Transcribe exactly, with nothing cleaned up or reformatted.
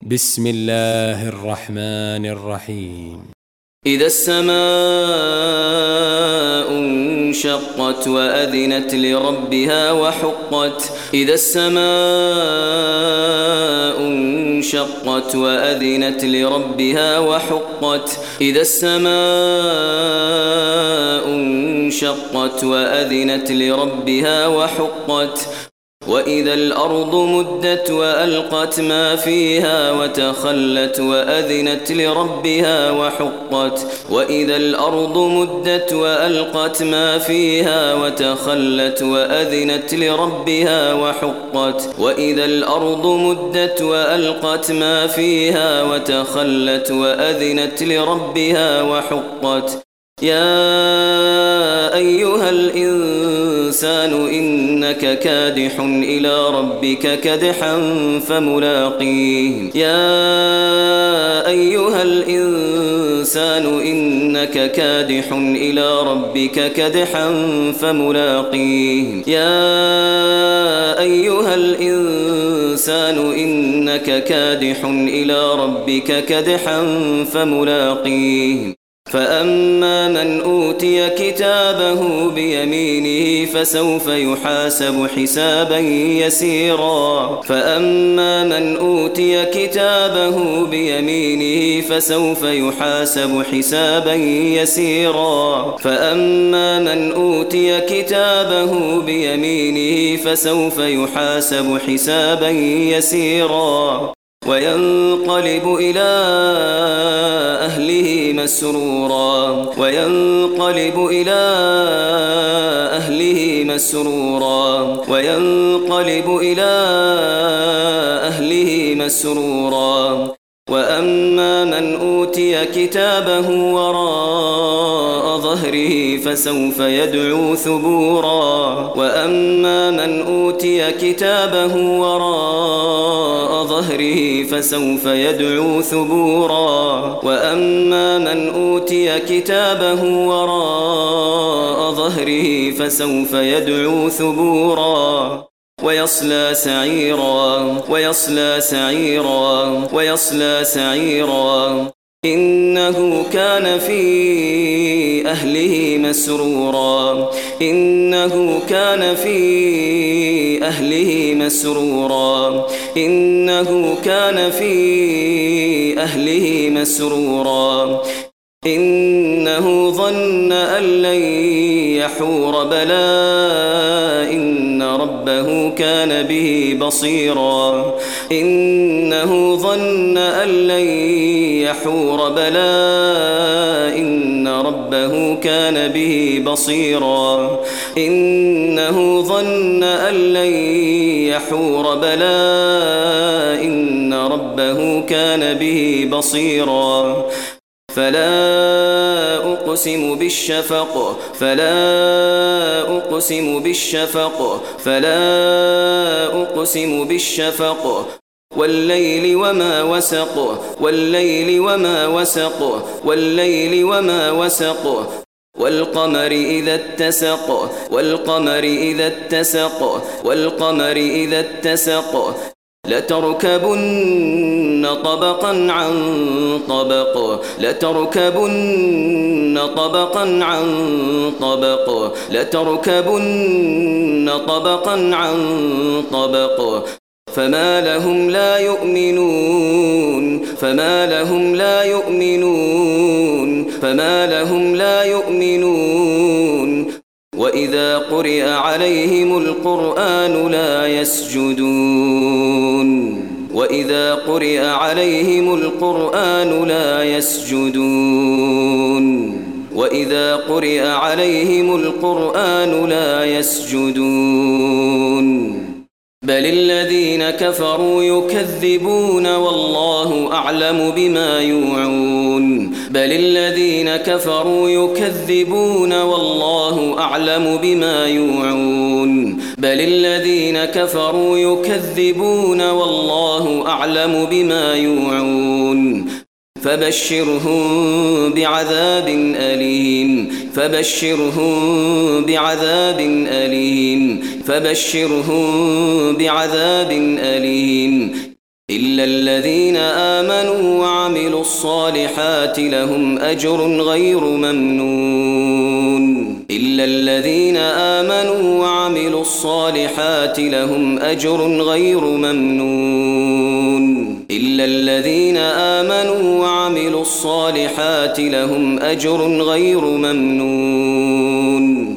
بسم الله الرحمن الرحيم. إذا السماء انشقت وأذنت لربها وحقت إذا السماء انشقت وأذنت لربها وحقت إذا السماء انشقت وأذنت لربها وحقت وإذا الأرض مدت وألقت ما فيها وتخلت وأذنت لربها وحقت وإذا الأرض مدت وألقت ما فيها وتخلت وأذنت لربها وحقت وإذا الأرض مدت وألقت ما فيها وتخلت وأذنت لربها وحقت يا أيها الإنسان إنك كادح إلى ربك كدحا فملاقيه يا أيها الإنسان إنك كادح إلى ربك كدحا فملاقيه يا أيها الإنسان إنك كادح إلى ربك كدحا فملاقيه فأما من أوتي كتابه بيمينه فسوف يحاسب حسابا يسيرا فأما من أوتي كتابه بيمينه فسوف يحاسب حسابا يسيرا فأما من أوتي كتابه بيمينه فسوف يحاسب حسابا يسيرا وينقلب إلى أهله مسرورا وينقلب إلى أهله مسرورا وينقلب إلى أهله مسرورا وأما من أوتي كتابه وراء ظهره فسوف يدعو ثبورا وأما من أوتي كتابه وراء ظهره فسوف يدعو ثبورا وأما من أوتي كتابه وراء ظهره فسوف يدعو ثبورا ويصلى سعيرا ويصلى سعيرا ويصلى سعيرا إنه كان في أهله مسرورا إنه كان في أهله مسرورا إنه كان في أهله مسرورا إنه ظن أن لن يحور بلى إن ربه كان به بصيرا إنه ظن أن لن يحور بلى إن ربه كان به بصيرا إنه ظن أن لن يحور بلى إن ربه كان به بصيرا فلا أقسم بالشفق فلا أقسم بالشفق فلا أقسم بالشفق والليل وما وسق والليل وما وسق والليل وما وسق والقمر إذا اتسق والقمر إذا اتسق والقمر إذا اتسق لتركبن طبقا عن طبق لتركبن طبقا عن طبق لتركبن طبقا عن طبق فما لهم لا يؤمنون فما لهم لا يؤمنون فما لهم لا يؤمنون وإذا قرئ عليهم القرآن لا يسجدون وإذا قرئ عليهم القرآن لا يسجدون وإذا قرئ عليهم القرآن لا يسجدون بل الذين كفروا يكذبون والله أعلم بما يوعون بل الذين كفروا يكذبون والله أعلم بما يوعون بل الذين كفروا يكذبون والله أعلم بما يوعون فبشرهم بعذاب أليم فبشرهم بعذاب أليم فبشرهم بعذاب أليم إلا الذين آمنوا وعملوا الصالحات لهم أجر غير ممنون إلا الذين آمنوا وعملوا الصالحات لهم أجر غير ممنون إلا الذين آمنوا وعملوا الصالحات لهم أجر غير ممنون